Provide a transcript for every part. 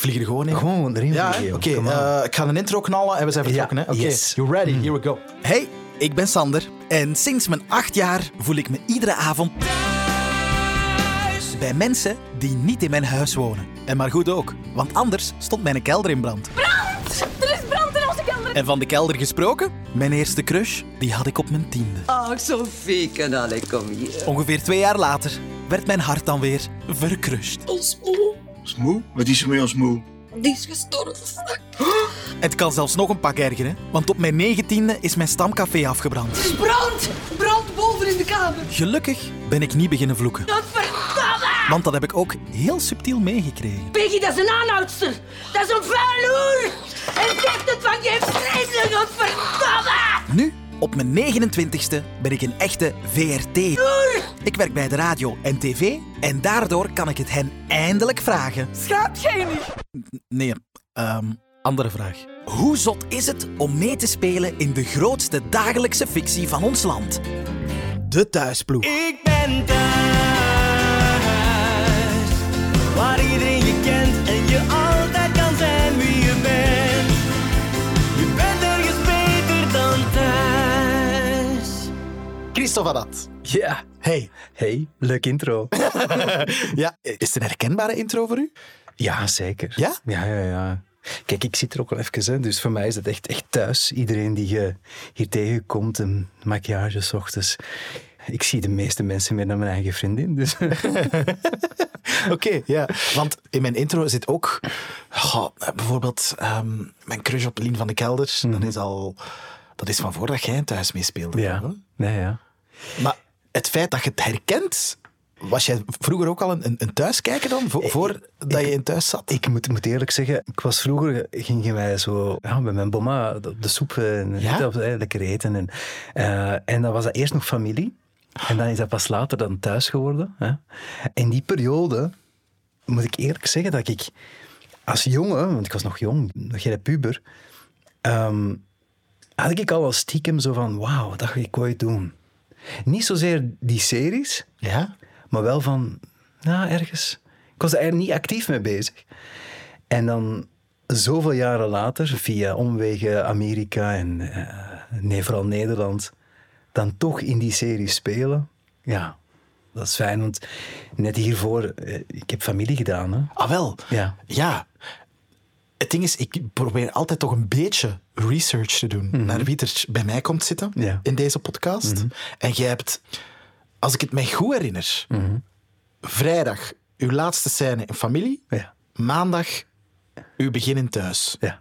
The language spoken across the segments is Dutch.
vlieg er gewoon in. Gewoon erin Ja, vliegen, oké. joh. Ik ga een intro knallen en we zijn vertrokken. Ja, Hè? Oké, yes. you ready? Here we go. Hey, ik ben Sander. En sinds mijn 8 jaar voel ik me iedere avond thuis bij mensen die niet in mijn huis wonen. En maar goed ook, want anders stond mijn kelder in brand. Brand! Er is brand in onze kelder! En van de kelder gesproken, mijn eerste crush, die had ik op mijn 10e. Ach, Sofieke, allee, kom hier. Ongeveer 2 jaar later werd mijn hart dan weer verkrust. Ons moe, Smoe? Wat is er met ons moe? die is gestorven. Het kan zelfs nog een pak ergeren, want op mijn 19e is mijn stamcafé afgebrand. Er is brand! Brand boven in de kamer. Gelukkig ben ik niet beginnen vloeken, Godverdamme! want dat heb ik ook heel subtiel meegekregen. Peggy, dat is een aanhoudster. Dat is een vuil hoer. En ze heeft het van je vreselijk, godverdamme! Nu, op mijn 29e, ben ik een echte VRT. Ik werk bij de radio en tv en daardoor kan ik het hen eindelijk vragen. Schaamt jij je niet? Nee, andere vraag. Hoe zot is het om mee te spelen in de grootste dagelijkse fictie van ons land? De Thuisploeg. Ik ben thuis, waar iedereen je kent en je altijd kan zijn wie je bent. Je bent ergens beter dan thuis. Christophe Adat. Ja. Hey, Leuk intro. ja, is het een herkenbare intro voor u? Ja, zeker. Ja? Ja. Kijk, ik zit er ook al even, hè, dus voor mij is het echt thuis. Iedereen die je hier tegenkomt, een maquillage 's ochtends. Ik zie de meeste mensen meer dan mijn eigen vriendin. Dus. Oké, ja. Want in mijn intro zit ook bijvoorbeeld mijn crush op Lien van de Kelder. Dat is van voordat jij thuis meespeelde. Ja. Hè? Nee, ja. Maar het feit dat je het herkent... Was jij vroeger ook al een thuiskijker dan? Voordat je in thuis zat? Ik moet eerlijk zeggen, gingen wij zo bij mijn bomma de soep lekker eten. En dan was dat eerst nog familie. En dan is dat pas later dan thuis geworden. Hè. In die periode moet ik eerlijk zeggen dat ik als jongen, want ik was nog jong, nog geen puber, had ik al wel stiekem zo van, wauw, dat ga ik ooit doen. Niet zozeer die series, Ja? maar wel van, ergens. Ik was er eigenlijk niet actief mee bezig. En dan, zoveel jaren later, via omwegen Amerika en vooral Nederland, dan toch in die serie spelen. Ja, dat is fijn, want net hiervoor, ik heb familie gedaan. Hè. Ah, wel. Ja. Het ding is, ik probeer altijd toch een beetje research te doen naar wie er bij mij komt zitten in deze podcast. En jij hebt, als ik het mij goed herinner, vrijdag uw laatste scène in familie, maandag uw begin in thuis. Ja.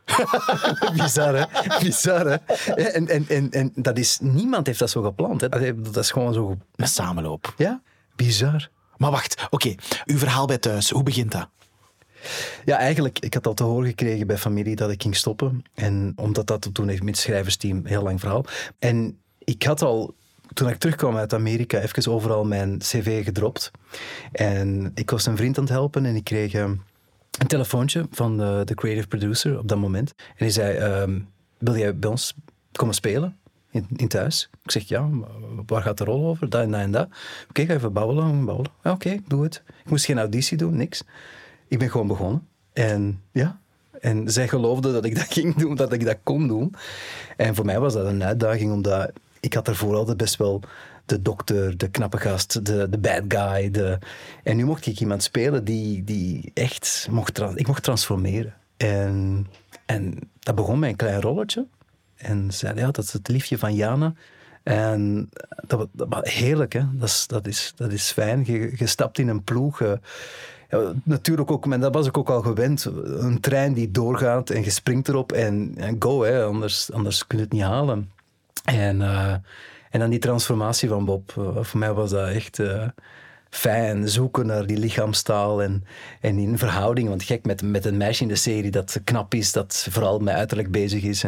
Bizar, hè? Bizar, hè? En dat is... Niemand heeft dat zo gepland, hè? Dat is gewoon zo... Een samenloop. Ja, bizar. Maar wacht, oké. Uw verhaal bij thuis, hoe begint dat? Ja, eigenlijk, ik had al te horen gekregen bij familie dat ik ging stoppen. En omdat dat toen heeft met het schrijversteam, heel lang verhaal. En ik had al, toen ik terugkwam uit Amerika, even overal mijn cv gedropt. En ik was een vriend aan het helpen en ik kreeg een telefoontje van de creative producer op dat moment. En hij zei, wil jij bij ons komen spelen? In thuis. Ik zeg, ja, waar gaat de rol over? Dat en dat en dat. Oké, ga even babbelen. Ja, oké, doe het. Ik moest geen auditie doen, niks. Ik ben gewoon begonnen. En ja, en zij geloofden dat ik dat ging doen, dat ik dat kon doen. En voor mij was dat een uitdaging, omdat ik had ervoor altijd best wel de dokter, de knappe gast, de bad guy. En nu mocht ik iemand spelen die echt ik mocht transformeren. En dat begon met een klein rolletje. En zei, ja, dat is het liefje van Jana. En dat was heerlijk, hè. Dat is fijn. Je stapt in een ploeg. Ja, natuurlijk ook, maar dat was ik ook al gewend. Een trein die doorgaat en je springt erop en go, hè. Anders kun je het niet halen. En dan die transformatie van Bob. Voor mij was dat echt fijn. Zoeken naar die lichaamstaal en in verhouding. Want gek, met een meisje in de serie dat knap is, dat vooral met uiterlijk bezig is.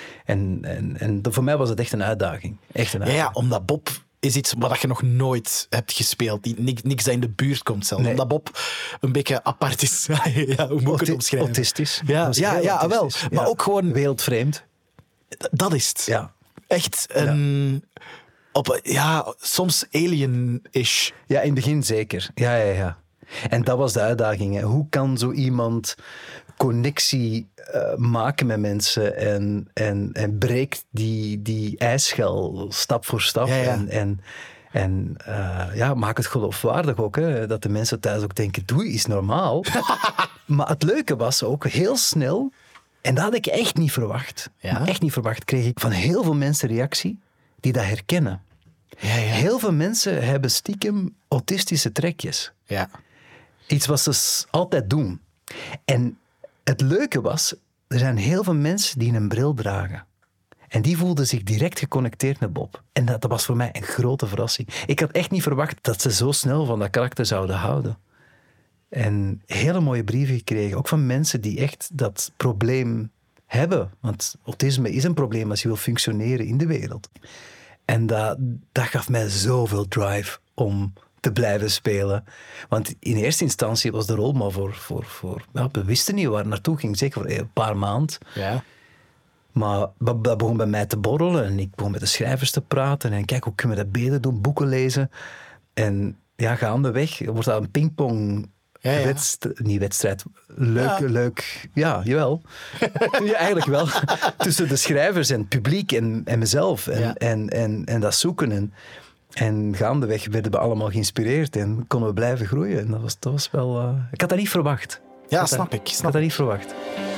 En voor mij was het echt een uitdaging. Echt een uitdaging. Ja, omdat Bob is iets wat je nog nooit hebt gespeeld. Niks dat in de buurt komt zelf. Nee. Omdat Bob een beetje apart is. Ja, hoe moet ik het omschrijven? Autistisch. Ja, wel. autistisch. Maar ook gewoon... Wereldvreemd. Dat is het. Ja. Echt een... Soms alien-ish. Ja, in het begin zeker. Ja. En dat was de uitdaging. Hè. Hoe kan zo iemand connectie maken met mensen en breekt die ijsschel stap voor stap en maak het geloofwaardig ook. Hè, dat de mensen thuis ook denken, doe is normaal. Maar het leuke was ook heel snel, en dat had ik echt niet verwacht. Maar echt niet verwacht, kreeg ik van heel veel mensen reactie die dat herkennen. Ja. Heel veel mensen hebben stiekem autistische trekjes. Ja. Iets wat ze altijd doen. En het leuke was, er zijn heel veel mensen die een bril dragen. En die voelden zich direct geconnecteerd met Bob. En dat was voor mij een grote verrassing. Ik had echt niet verwacht dat ze zo snel van dat karakter zouden houden. En hele mooie brieven gekregen. Ook van mensen die echt dat probleem hebben. Want autisme is een probleem als je wil functioneren in de wereld. En dat gaf mij zoveel drive om te blijven spelen. Want in eerste instantie was de rol maar voor we wisten niet waar het naartoe ging. Zeker voor een paar maanden. Ja. Maar dat begon bij mij te borrelen. En ik begon met de schrijvers te praten. En kijk, hoe kunnen we dat beter doen? Boeken lezen. En gaandeweg wordt dat een pingpong... niet wedstrijd. Leuk. Ja, jawel. Ja, eigenlijk wel. Tussen de schrijvers en het publiek en mezelf. En dat zoeken. En gaandeweg werden we allemaal geïnspireerd. En konden we blijven groeien. En dat was wel... Ik had dat niet verwacht. Ja, snap ik. Ik had dat niet verwacht.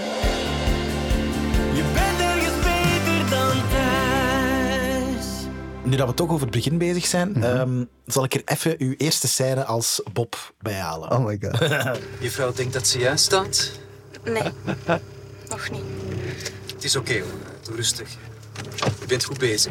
Je bent ergens beter dan thuis. Nu dat we toch over het begin bezig zijn, zal ik er even uw eerste scène als Bob bij halen. Oh my god. Je vrouw denkt dat ze juist staat? Nee, nog niet. Het is oké, hoor. Doe rustig. Je bent goed bezig.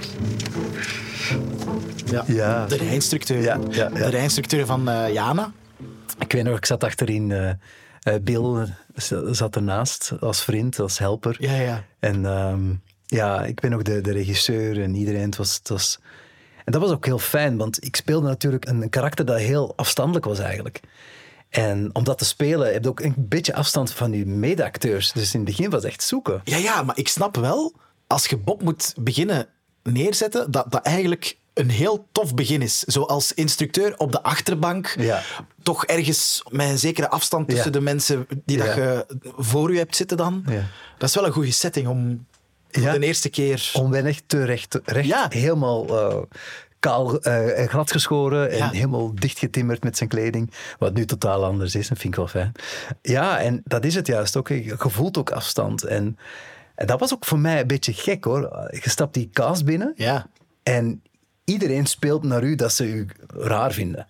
Ja. De rijinstructeur. De rijinstructeur van Jana. Ik weet nog, ik zat achterin... Bill zat ernaast als vriend, als helper. Ja. En ik ben nog de regisseur en iedereen. Het was... En dat was ook heel fijn, want ik speelde natuurlijk een karakter dat heel afstandelijk was eigenlijk. En om dat te spelen heb je ook een beetje afstand van je mede-acteurs. Dus in het begin was het echt zoeken. Ja, maar ik snap wel, als je Bob moet beginnen neerzetten, dat eigenlijk een heel tof begin is. Zoals instructeur op de achterbank. Ja. Toch ergens met een zekere afstand tussen de mensen die dat je voor je hebt zitten dan. Ja. Dat is wel een goede setting om de eerste keer... Onwennig, te recht helemaal kaal, glad geschoren en helemaal dichtgetimmerd met zijn kleding. Wat nu totaal anders is, dat vind ik wel fijn. Ja, en dat is het juist ook. Je voelt ook afstand. En dat was ook voor mij een beetje gek, hoor. Je stapt die cast binnen en iedereen speelt naar u dat ze u raar vinden.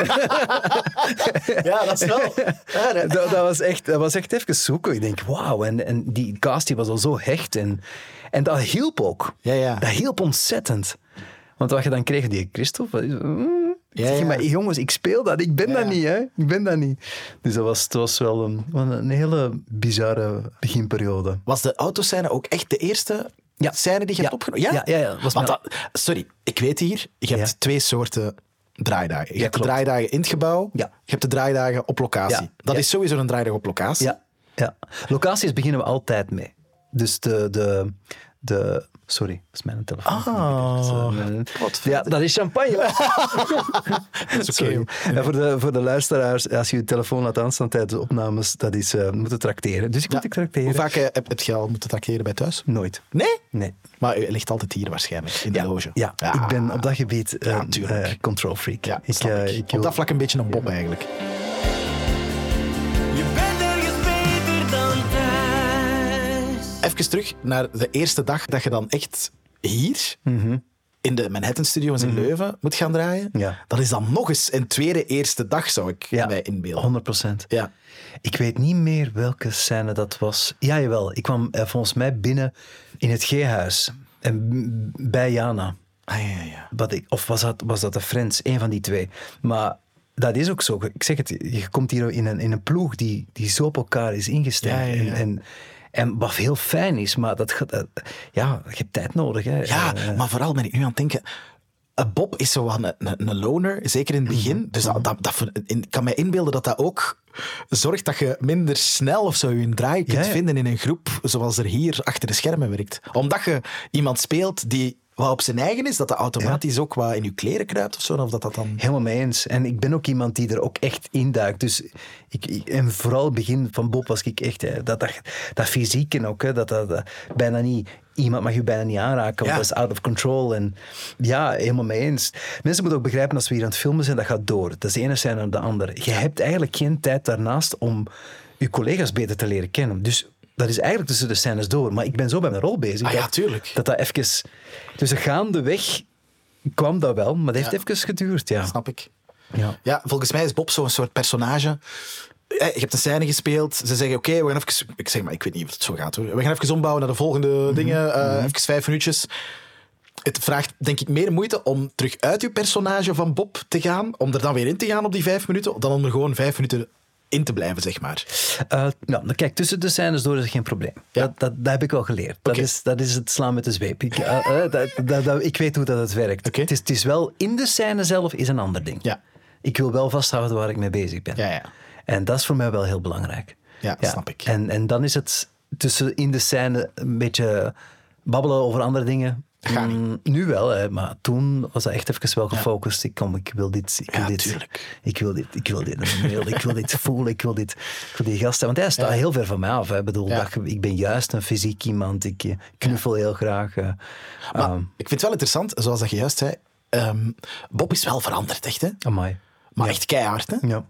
Ja, dat is wel... Ja, dat was echt even zoeken. Ik denk, wauw. En die cast die was al zo hecht. En dat hielp ook. Ja. Dat hielp ontzettend. Want wat je dan kreeg, die Christophe... Zeg maar, jongens, ik speel dat. Ik ben dat niet, hè. Ik ben dat niet. Dus het was wel een hele bizarre beginperiode. Was de autoscène ook echt de eerste... scène die je hebt opgenomen? Ja. Sorry, ik weet hier, je hebt twee soorten draaidagen. Je hebt de draaidagen in het gebouw, je hebt de draaidagen op locatie. Ja. Dat is sowieso een draaidag op locatie. Ja. Locaties beginnen we altijd mee. Dus de sorry, dat is mijn telefoon. Dat is champagne. Dat is oké. En voor de luisteraars, als je je telefoon laat aanstaan tijdens de opnames, dat is moeten trakteren. Dus ik moet trakteren. Hoe vaak heb je al moeten trakteren bij thuis? Nooit. Nee? Nee. Maar u ligt altijd hier waarschijnlijk, in de loge. Ja, ik ben op dat gebied control freak. Ja, ik op dat vlak een beetje een Bob eigenlijk. Je bent ergens beter dan thuis. Even terug naar de eerste dag dat je dan echt hier... in de Manhattan Studios in Leuven moet gaan draaien. Ja. Dat is dan nog eens een tweede eerste dag, zou ik mij inbeelden. 100%. Ja. Ik weet niet meer welke scène dat was. Ja, jawel. Ik kwam volgens mij binnen in het G-huis. Bij Jana. Ja. Of was dat de Friends? Eén van die twee. Maar dat is ook zo. Ik zeg het, je komt hier in een ploeg die zo op elkaar is ingesteld. Ja. En wat heel fijn is, maar je hebt tijd nodig. Hè. Ja, maar vooral ben ik nu aan het denken... Bob is zo een loner, zeker in het begin. Dus ik kan mij inbeelden dat ook zorgt dat je minder snel of zo je draai kunt vinden in een groep zoals er hier achter de schermen werkt. Omdat je iemand speelt die wat op zijn eigen is, dat dat automatisch ook wat in je kleren kruipt of zo, of dat dan... Helemaal mee eens. En ik ben ook iemand die er ook echt induikt. Dus en vooral het begin van Bob was ik echt... Dat fysieke ook, hè, dat bijna niet... Iemand mag je bijna niet aanraken, want dat is out of control. En ja, helemaal mee eens. Mensen moeten ook begrijpen, als we hier aan het filmen zijn, dat gaat door. Dat is de ene scène naar de andere. Je hebt eigenlijk geen tijd daarnaast om je collega's beter te leren kennen. Dus dat is eigenlijk tussen de scènes door. Maar ik ben zo bij mijn rol bezig. Ja, tuurlijk. Dat even... Dus gaandeweg kwam dat wel, maar dat heeft even geduurd. Ja. Dat snap ik. Ja, volgens mij is Bob zo'n soort personage... Je hebt een scène gespeeld. Ze zeggen, oké, we gaan even... Ik zeg maar, ik weet niet of het zo gaat, hoor. We gaan even ombouwen naar de volgende dingen. Even 5 minuutjes. Het vraagt, denk ik, meer moeite om terug uit je personage van Bob te gaan, om er dan weer in te gaan op die 5 minuten, dan om er gewoon 5 minuten in te blijven, zeg maar. Nou, kijk, tussen de scènes door is geen probleem. Ja. Dat heb ik wel geleerd. Dat is het slaan met de zweep. Ik weet hoe dat het werkt. Okay. Het is wel, in de scène zelf is een ander ding. Ja. Ik wil wel vasthouden waar ik mee bezig ben. Ja. En dat is voor mij wel heel belangrijk. Ja, dat snap ik. En dan is het tussen in de scène een beetje babbelen over andere dingen. Nu wel, hè, maar toen was dat echt even wel gefocust. Ik wil dit, ik wil dit voelen, ik wil die gasten. Want hij staat heel ver van mij af. Hè. Ik bedoel, ik ben juist een fysiek iemand. Ik knuffel heel graag. Maar ik vind het wel interessant, zoals dat je juist zei. Bob is wel veranderd, echt, hè? Amai. Maar echt keihard, hè? Ja.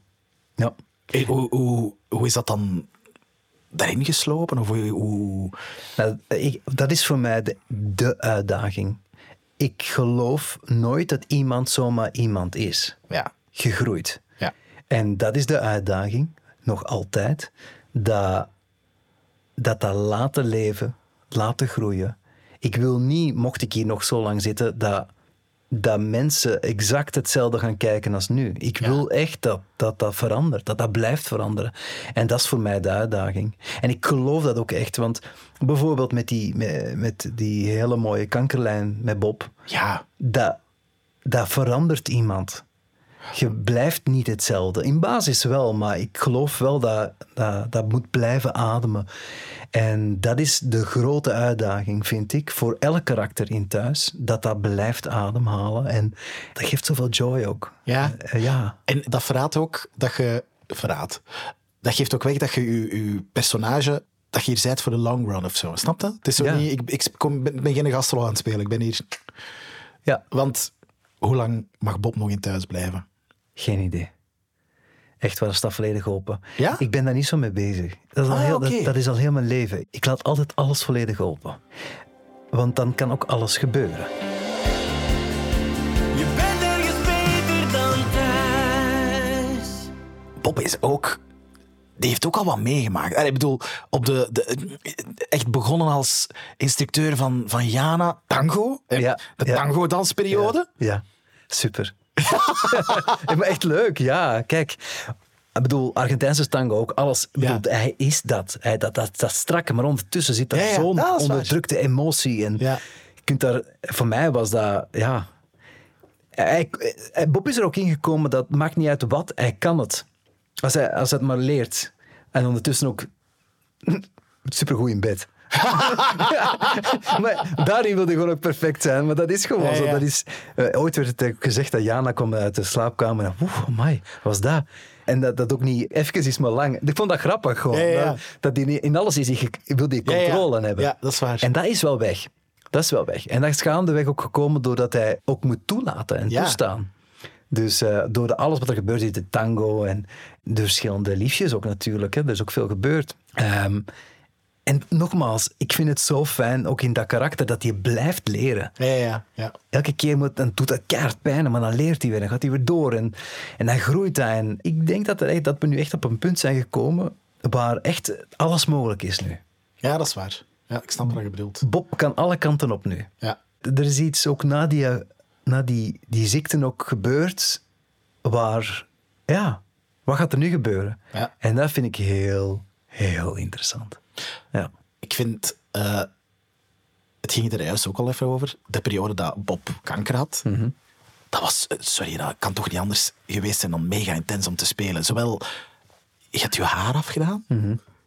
Hoe is dat dan daarin geslopen? Of hoe... Nou, dat is voor mij de uitdaging. Ik geloof nooit dat iemand zomaar iemand is. Ja. Gegroeid. Ja. En dat is de uitdaging, nog altijd, dat laten leven, laten groeien. Ik wil niet, mocht ik hier nog zo lang zitten, dat mensen exact hetzelfde gaan kijken als nu. Ik wil echt dat verandert, dat blijft veranderen. En dat is voor mij de uitdaging. En ik geloof dat ook echt, want bijvoorbeeld met die hele mooie kankerlijn met Bob, dat verandert iemand. Je blijft niet hetzelfde. In basis wel, maar ik geloof wel dat moet blijven ademen. En dat is de grote uitdaging, vind ik, voor elk karakter in Thuis, dat blijft ademhalen. En dat geeft zoveel joy ook. Ja. Ja. En dat verraadt ook dat je... Dat geeft ook weg dat je je personage... Dat je hier bent voor de long run of zo. Snap dat? Het is zo niet... Ik ben geen gastrol aan het spelen. Ik ben hier... Ja. Want hoe lang mag Bob nog in Thuis blijven? Geen idee. Echt waar, staat volledig open. Ja? Ik ben daar niet zo mee bezig. Dat is al heel mijn leven. Ik laat altijd alles volledig open. Want dan kan ook alles gebeuren. Je bent ergens beter dan thuis. Bob is ook... Die heeft ook al wat meegemaakt. Ik bedoel, op echt begonnen als instructeur van Jana Tango. De tango-dansperiode. Ja, super. Maar echt leuk, ja. Kijk, ik bedoel, Argentijnse tango ook, alles. Bedoel, hij is dat. Dat strakke, maar ondertussen zit er zo'n onderdrukte emotie. En je kunt daar... Voor mij was dat... Ja. Bob is er ook ingekomen, dat maakt niet uit wat, hij kan het. Als hij het maar leert. En ondertussen ook supergoed in bed. Maar daarin wilde hij gewoon ook perfect zijn. Maar dat is gewoon zo. Dat is, ooit werd het gezegd dat Jana kwam uit de slaapkamer. En amai, wat was dat? En dat ook niet even is, maar lang. Ik vond dat grappig gewoon. Dat die in alles wil die controle hebben. Ja, dat is waar. En dat is wel weg. Dat is wel weg. En dat is gaandeweg ook gekomen doordat hij ook moet toelaten en toestaan. Dus door alles wat er gebeurt in de tango en de verschillende liefjes ook natuurlijk. Hè. Er is ook veel gebeurd. En nogmaals, ik vind het zo fijn, ook in dat karakter, dat hij blijft leren. Ja. Elke keer dan doet dat keihard pijn, maar dan leert hij weer, dan gaat hij weer door. En dan groeit hij. En ik denk dat we nu echt op een punt zijn gekomen waar echt alles mogelijk is nu. Ja, dat is waar. Ja, ik snap wat je bedoelt. Bob kan alle kanten op nu. Ja. Er is iets ook na die ziekte ook gebeurd waar... Ja, wat gaat er nu gebeuren? Ja. En dat vind ik heel, heel interessant. Ja. Ik vind... het ging er juist ook al even over. De periode dat Bob kanker had. Mm-hmm. Dat was... dat kan toch niet anders geweest zijn dan mega intens om te spelen. Zowel... Je had je haar afgedaan. Mm-hmm.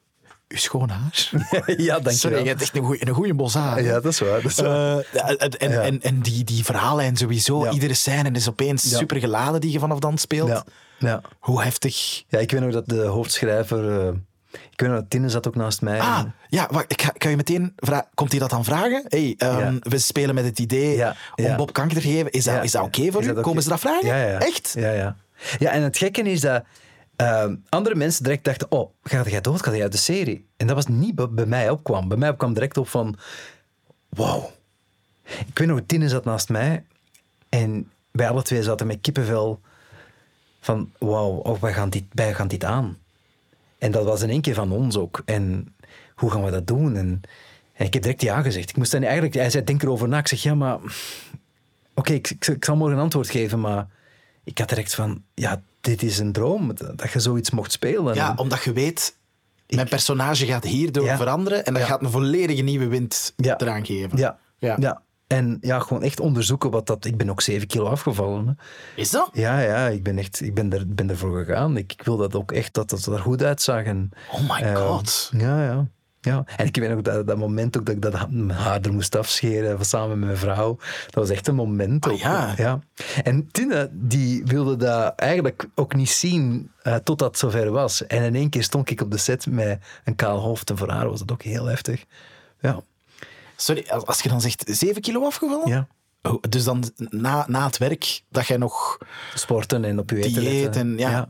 uw schoon haar. Ja, dank je Sorry, wel. je hebt echt een goede bos haar. Ja, dat is waar. Dat is waar. En die verhaallijn sowieso. Ja. Iedere scène is opeens super geladen die je vanaf dan speelt. Ja. Ja. Hoe heftig. Ja, ik weet nog dat de hoofdschrijver... ik weet nog dat Tine zat ook naast mij. Ja, wacht, ik kan je meteen vragen. Komt hij dat dan vragen? Hey, we spelen met het idee om Bob kanker te geven. Is dat oké voor u? Komen ze dat vragen? Ja. Echt? Ja, en het gekke is dat andere mensen direct dachten, ga jij dood? Ga jij uit de serie? En dat was niet bij mij opkwam. Bij mij opkwam direct op van, wauw. Ik weet nog, Tine zat naast mij en wij alle twee zaten met kippenvel van, wauw, wij gaan dit aan. En dat was in één keer van ons ook. En hoe gaan we dat doen? En ik heb direct ja gezegd. Ik moest dan eigenlijk... Hij zei, denk erover na. Ik zeg, ja, maar... Oké, ik zal morgen een antwoord geven, maar... Ik had direct van... Ja, dit is een droom. Dat je zoiets mocht spelen. Ja, omdat je weet... Mijn personage gaat hierdoor veranderen en dat gaat een volledige nieuwe wind eraan geven. Ja. En ja, gewoon echt onderzoeken wat dat... Ik ben ook 7 kilo afgevallen. Hè. Is dat? Ja, ik ben ervoor gegaan. Ik wil dat ook echt, dat er goed uitzag. En, oh my god. Ja. En ik weet nog dat moment ook dat ik dat mijn haar er moest afscheren samen met mijn vrouw. Dat was echt een moment. Ook, ja. En Tine, die wilde dat eigenlijk ook niet zien totdat het zover was. En in één keer stond ik op de set met een kaal hoofd. En voor haar was dat ook heel heftig. Ja. Sorry, als je dan zegt 7 kilo afgevallen? Ja. Oh, dus dan na het werk, dat jij nog... Sporten en op je eten letten. Ja,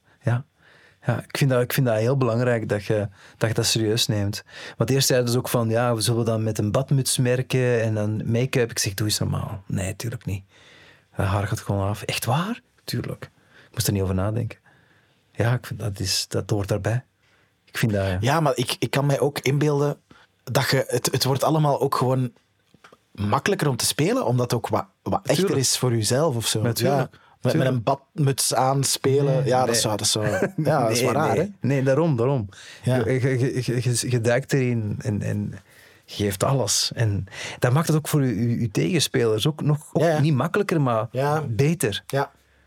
ik vind dat heel belangrijk dat je dat serieus neemt. Want eerst zeiden ze ook van, we zullen dan met een badmuts merken en dan make-up. Ik zeg, doe eens normaal. Nee, tuurlijk niet. Het haar gaat gewoon af. Echt waar? Tuurlijk. Ik moest er niet over nadenken. Ja, ik vind dat hoort daarbij. Ik vind dat... Ja, maar ik kan mij ook inbeelden dat het wordt allemaal ook gewoon makkelijker om te spelen, omdat het ook wat echter is voor jezelf of zo. Natuurlijk. Met een badmuts aan spelen, dat is wel raar. Hè? Nee, daarom. Ja. Je duikt erin en je geeft alles. En dat maakt het ook voor je tegenspelers ook niet makkelijker, maar beter. Ja,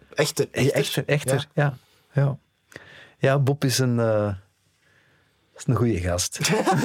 echter. Ja, Bob is een goede gast.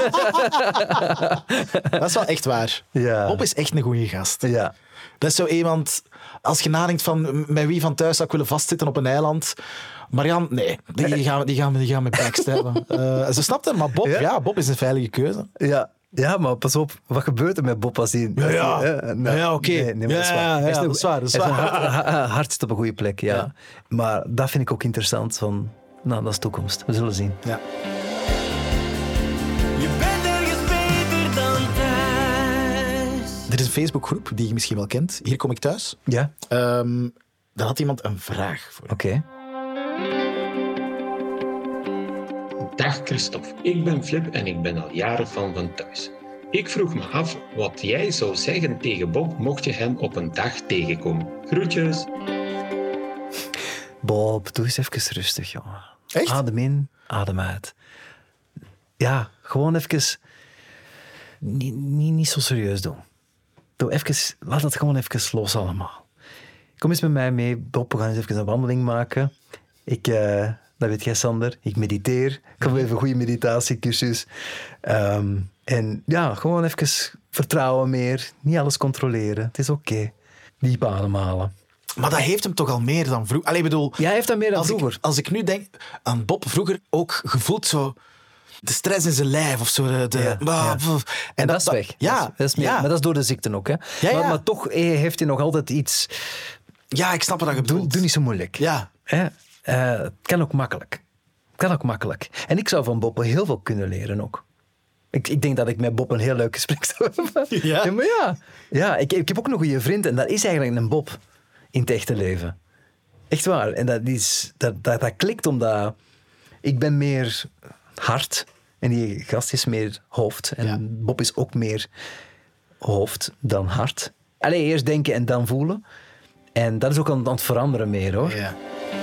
Dat is wel echt waar. Ja. Bob is echt een goede gast. Ja. Dat is zo iemand... Als je nadenkt van met wie van thuis zou ik willen vastzitten op een eiland... Marian, nee, die gaan me backstabben. Ze snapt het, maar Bob is een veilige keuze. Ja, maar pas op, wat gebeurt er met Bob als hij... Oké. Nee, dat is waar. Zijn hart zit op een goede plek, ja. Maar dat vind ik ook interessant, van... Nou, dat is toekomst. We zullen zien. Ja. Je bent ergens beter dan thuis. Er is een Facebookgroep die je misschien wel kent. Hier kom ik thuis. Ja. Daar had iemand een vraag voor. Oké. Dag Christophe, ik ben Flip en ik ben al jaren fan van Thuis. Ik vroeg me af wat jij zou zeggen tegen Bob mocht je hem op een dag tegenkomen. Groetjes. Bob, doe eens even rustig, jongen. Echt? Adem in, adem uit. Ja, gewoon even... Niet zo serieus doen. Laat het gewoon even los allemaal. Kom eens met mij mee, Bob. We gaan eens even een wandeling maken. Dat weet jij, Sander. Ik mediteer. Ik heb even een goede meditatiecursus. En ja, gewoon even vertrouwen meer. Niet alles controleren. Het is oké. Diep ademhalen. Maar dat heeft hem toch al meer dan vroeger? Allee, bedoel... Ja, hij heeft dat meer dan vroeger. Als ik nu denk aan Bob vroeger, ook gevoeld zo... De stress in zijn lijf of zo. En dat is weg. Ja. Dat is meer, maar dat is door de ziekte ook. Hè. Ja. Maar toch heeft hij nog altijd iets... Ja, ik snap wat je bedoelt. Doe niet zo moeilijk. Ja. Het kan ook makkelijk. En ik zou van Bob heel veel kunnen leren ook. Ik denk dat ik met Bob een heel leuk gesprek zou hebben. Ja? Maar ja, ik heb ook een goede vriend en dat is eigenlijk een Bob in het echte leven. Echt waar. En dat klikt omdat ik ben meer hart en die gast is meer hoofd. En Bob is ook meer hoofd dan hart. Allee, eerst denken en dan voelen. En dat is ook aan het veranderen meer, hoor. Ja.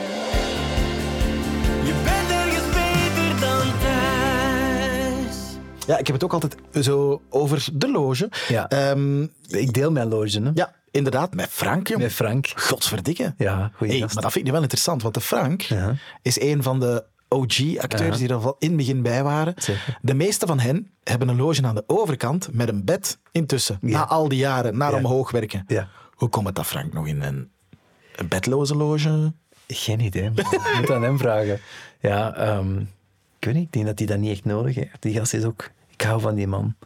Je bent ergens beter dan thuis. Ja, ik heb het ook altijd zo over de loge. Ja. Ik deel mijn loge, hè. Ja, inderdaad, met Frank, jongen. Met Frank. Godverdikke. Ja, goeie gast. Maar dat vind ik nu wel interessant, want de Frank is een van de OG-acteurs die er al in het begin bij waren. Zeker. De meeste van hen hebben een loge aan de overkant met een bed intussen. Ja. Na al die jaren, naar omhoog werken. Ja. Hoe komt het dat Frank nog in een bedloze loge? Geen idee. Je moet aan hem vragen. Ja, ik weet niet. Ik denk dat hij dat niet echt nodig heeft. Die gast is ook... Ik hou van die man.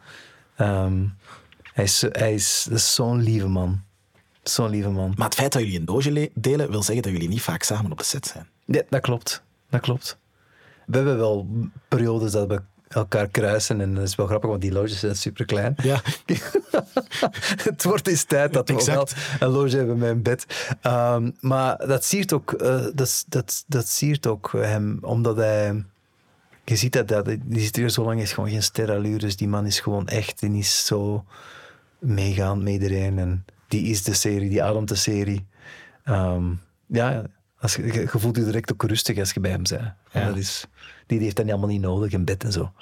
Hij is zo'n lieve man. Zo'n lieve man. Maar het feit dat jullie een loge delen, wil zeggen dat jullie niet vaak samen op de set zijn. Ja, dat klopt. Dat klopt. We hebben wel periodes dat we elkaar kruisen en dat is wel grappig, want die loges zijn super klein. Ja. Het wordt eens tijd dat we ook wel een loge hebben met een bed. Maar dat siert ook, dat siert ook hem, omdat hij... Je ziet dat die zit hier zo lang, is gewoon geen sterallures. Die man is gewoon echt, die is zo meegaand met iedereen. En die is de serie, die ademt de serie. Ja, je voelt je direct ook rustig als je bij hem bent. Ja. Dat is, die heeft dat allemaal niet nodig, in bed en zo.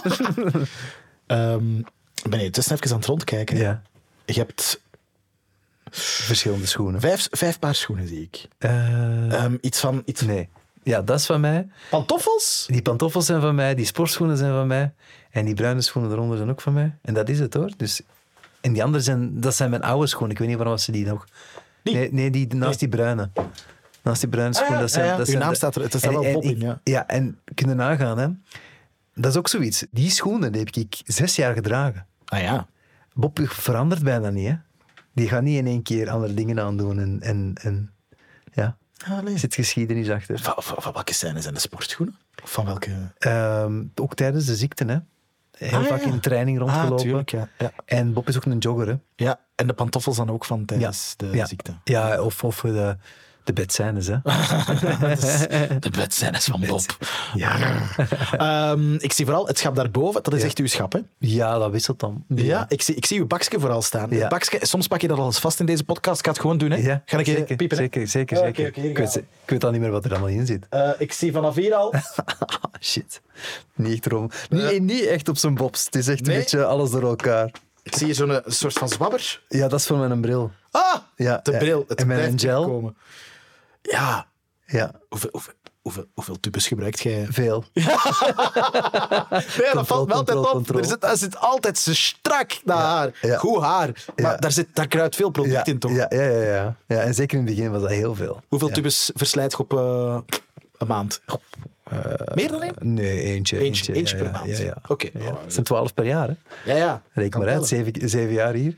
Ik ben tussen even aan het rondkijken. Ja. Je hebt... Verschillende schoenen. 5 paar schoenen, zie ik. Iets van... Nee. Ja, dat is van mij. Pantoffels? Die pantoffels zijn van mij, die sportschoenen zijn van mij. En die bruine schoenen eronder zijn ook van mij. En dat is het, hoor. Dus, en die andere dat zijn mijn oude schoenen. Ik weet niet waarom ze die nog... Nee, die naast die bruine. Naast die bruine schoenen. Dat zijn, uw naam staat er. Het is wel Bob in, ja. Ja, en kunnen nagaan, hè. Dat is ook zoiets. Die schoenen die heb ik 6 jaar gedragen. Ah ja. Bob verandert bijna niet, hè. Die gaat niet in één keer andere dingen aandoen. En ja. Er zit geschiedenis achter. Van welke scènes zijn de sportschoenen? Of van welke... Ook tijdens de ziekte, hè. Heel vaak in training rondgelopen. Tuurlijk, ja. En Bob is ook een jogger, hè. Ja, en de pantoffels dan ook van tijdens de ziekte. Ja, of de bedscènes, hè. De bedscènes van Bob. Ja. Ik zie vooral het schap daarboven, dat is echt uw schap, hè? Ja, dat wisselt dan. Ja, ik zie uw bakje vooral staan. Ja. Bakje, soms pak je dat al eens vast in deze podcast. Ik ga het gewoon doen, hè? Ja, Ga ik zeker, piepen? Zeker. Okay, ik weet al niet meer wat er allemaal in zit. Ik zie vanaf hier al... Shit. Niet echt erom. Niet echt op zijn bobs. Het is echt een beetje alles door elkaar. Ik zie hier zo'n soort van zwabber. Ja, dat is van mijn bril. Ah! Ja, de bril. Het en met een gel. komen. Ja. Ja. Hoeveel tubes gebruikt jij? Veel. Nee, dat valt wel altijd op. Er zit altijd zo strak dat haar. Ja. Goed haar. Maar daar kruidt veel product in, toch? Ja. En zeker in het begin was dat heel veel. Hoeveel tubes verslijt je op een maand? Meer dan één? Nee, eentje per maand. Ja. Oké. Het zijn 12 per jaar, hè. Ja. Reken maar uit, 7 jaar hier.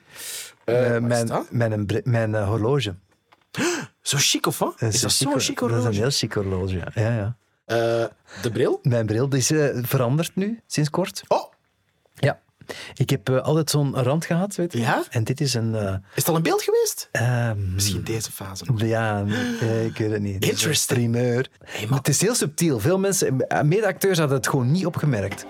Mijn horloge. Zo chic of wat? Is dat zo'n chic horloge? Dat is een heel chic horloge, ja. De bril? Mijn bril die is veranderd nu, sinds kort. Oh! Ja. Ik heb altijd zo'n rand gehad, weet je. Ja? En dit is een... Is het al een beeld geweest? Misschien deze fase nog. Ja, ik weet het niet. Interesting. Primeur. Maar het is heel subtiel. Veel mensen, mede-acteurs hadden het gewoon niet opgemerkt.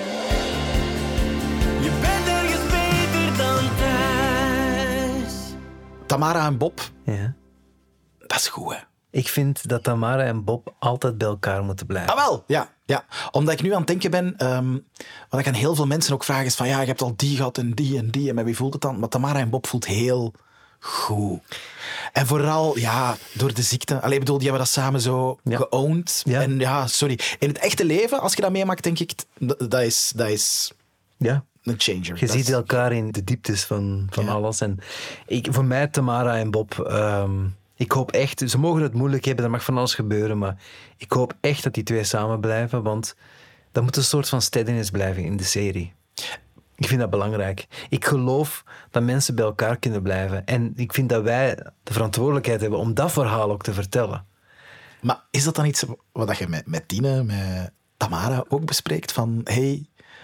Je bent ergens beter dan thuis. Tamara en Bob. Ja. Dat is goed, hè? Ik vind dat Tamara en Bob altijd bij elkaar moeten blijven. Ah, wel. Ja. Omdat ik nu aan het denken ben... wat ik aan heel veel mensen ook vraag is van... Ja, je hebt al die gehad en die en die. En met wie voelt het dan? Maar Tamara en Bob voelt heel goed. En vooral, door de ziekte. Allee, bedoel, die hebben dat samen zo geowned. Ja. En sorry. In het echte leven, als je dat meemaakt, denk ik... Dat is Ja. een changer. Je ziet elkaar in de dieptes van alles. En voor mij, Tamara en Bob... ik hoop echt... Ze mogen het moeilijk hebben, er mag van alles gebeuren, maar ik hoop echt dat die twee samen blijven, want dat moet een soort van steadiness blijven in de serie. Ik vind dat belangrijk. Ik geloof dat mensen bij elkaar kunnen blijven. En ik vind dat wij de verantwoordelijkheid hebben om dat verhaal ook te vertellen. Maar is dat dan iets wat je met Tine, met Tamara ook bespreekt? Van, hey...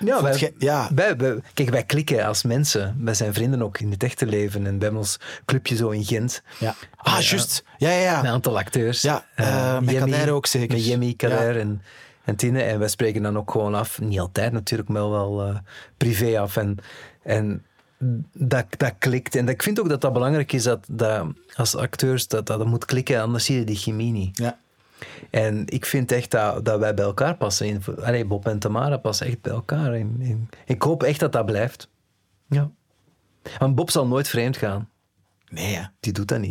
Kijk, wij klikken als mensen. Wij zijn vrienden ook in het echte leven. En we hebben ons clubje zo in Gent. Ja. Juist. Ja. Een aantal acteurs. Ja, met Kader ook zeker. Met Jemmy, Kader en Tine. En wij spreken dan ook gewoon af. Niet altijd natuurlijk, maar wel privé af. En dat klikt. En ik vind ook dat dat belangrijk is dat als acteurs dat moet klikken. Anders zie je die chemie niet. Ja. En ik vind echt dat wij bij elkaar passen. Bob en Tamara passen echt bij elkaar. Ik hoop echt dat dat blijft. Ja. Want Bob zal nooit vreemd gaan. Nee, hè? Die doet dat niet.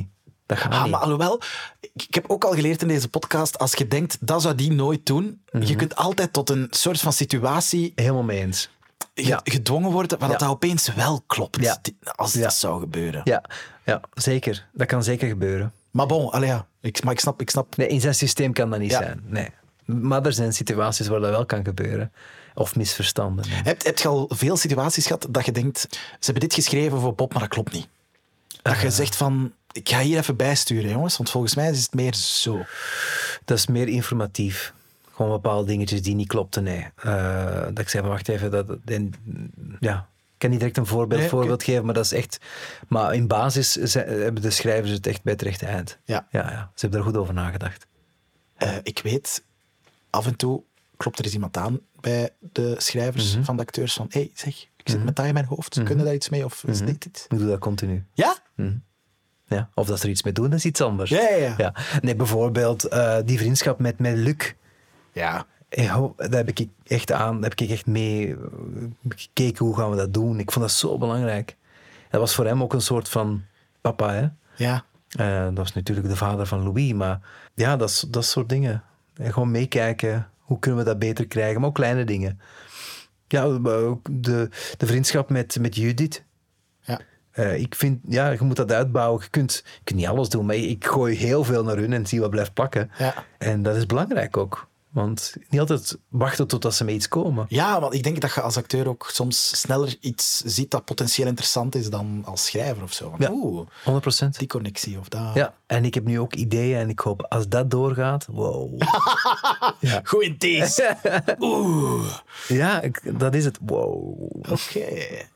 Dat gaat niet. Maar alhoewel, ik heb ook al geleerd in deze podcast, als je denkt, dat zou die nooit doen, je kunt altijd tot een soort van situatie... Helemaal mee eens. Gedwongen worden, maar dat opeens wel klopt. Ja. Als dat zou gebeuren. Ja, zeker. Dat kan zeker gebeuren. Maar bon, ik snap. Nee, in zijn systeem kan dat niet zijn. Nee. Maar er zijn situaties waar dat wel kan gebeuren. Of misverstanden. Heb je al veel situaties gehad dat je denkt, ze hebben dit geschreven voor Bob, maar dat klopt niet? Dat je zegt van, ik ga hier even bijsturen, jongens, want volgens mij is het meer zo. Dat is meer informatief. Gewoon bepaalde dingetjes die niet klopten, nee. Dat ik zei, wacht even, ik kan niet direct een voorbeeld geven, maar dat is echt... Maar in basis hebben de schrijvers het echt bij het rechte eind. Ja. Ze hebben er goed over nagedacht. Ik weet, af en toe klopt er eens iemand aan bij de schrijvers van de acteurs van, ik zit met dat in mijn hoofd, kunnen daar iets mee? Of is dit iets? Ik doe dat continu. Ja? Ja? Of dat ze er iets mee doen, dat is iets anders. Ja. Nee, bijvoorbeeld die vriendschap met Luc. Ja. Daar heb ik echt mee gekeken, hoe gaan we dat doen. Ik vond dat zo belangrijk. Dat was voor hem ook een soort van papa, hè? Ja. Dat was natuurlijk de vader van Louis, maar ja, dat soort dingen. En gewoon meekijken, hoe kunnen we dat beter krijgen, maar ook kleine dingen. Ja, de vriendschap met Judith. Ja. Ik vind, je moet dat uitbouwen. Je kunt niet alles doen, maar ik gooi heel veel naar hun en zie wat blijft plakken. Ja. En dat is belangrijk ook. Want niet altijd wachten totdat ze met iets komen. Ja, want ik denk dat je als acteur ook soms sneller iets ziet dat potentieel interessant is dan als schrijver of zo. Want, 100%. Die connectie of dat. Ja, en ik heb nu ook ideeën en ik hoop als dat doorgaat, wow. Goed in deze. Ja, dat is het. Wow. Oké.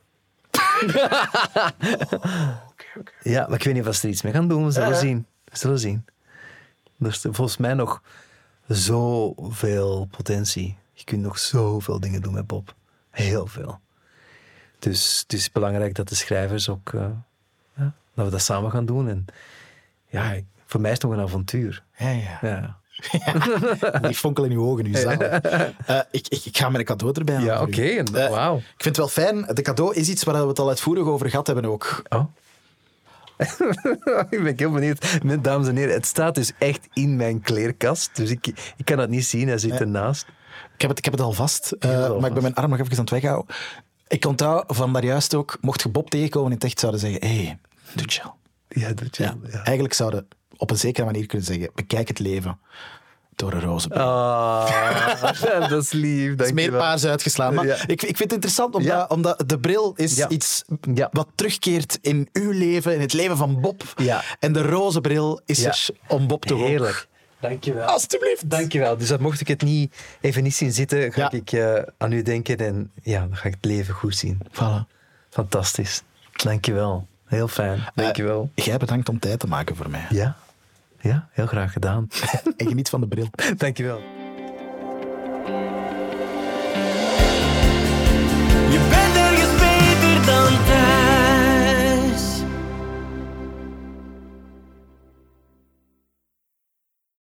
Ja, maar ik weet niet of ze er iets mee gaan doen. We zullen zien. Er is volgens mij nog zoveel potentie. Je kunt nog zoveel dingen doen met Bob. Heel veel. Dus het is belangrijk dat de schrijvers ook... dat we dat samen gaan doen. En voor mij is het nog een avontuur. Ja. Die fonkel in uw ogen nu. Ik ga mijn cadeau erbij halen. Ja, oké. Wauw. Ik vind het wel fijn. De cadeau is iets waar we het al uitvoerig over gehad hebben ook. Oh. Ik ben heel benieuwd. Dames en heren, het staat dus echt in mijn kleerkast. Dus ik kan het niet zien. Hij zit ernaast. Ik heb het al vast. Maar ik ben mijn arm nog even aan het weghouden. Ik onthoud van daar juist ook, mocht je Bob tegenkomen in het echt, zouden zeggen, doe chill. Ja, doe chill. Ja. Eigenlijk zouden op een zekere manier kunnen zeggen, bekijk het leven door een roze bril. Dat is lief. Het is meerpaars uitgeslaan. Maar ik vind het interessant, omdat de bril is iets wat terugkeert in uw leven, in het leven van Bob. Ja. En de roze bril is er om Bob te horen. Heerlijk. Dankjewel. Alsjeblieft. Dankjewel. Dus mocht ik het even niet zien zitten, ga ik aan u denken en dan ga ik het leven goed zien. Voilà. Fantastisch. Dankjewel. Heel fijn. Dankjewel. Jij bedankt om tijd te maken voor mij. Ja, heel graag gedaan. En geniet van de bril. Dankjewel.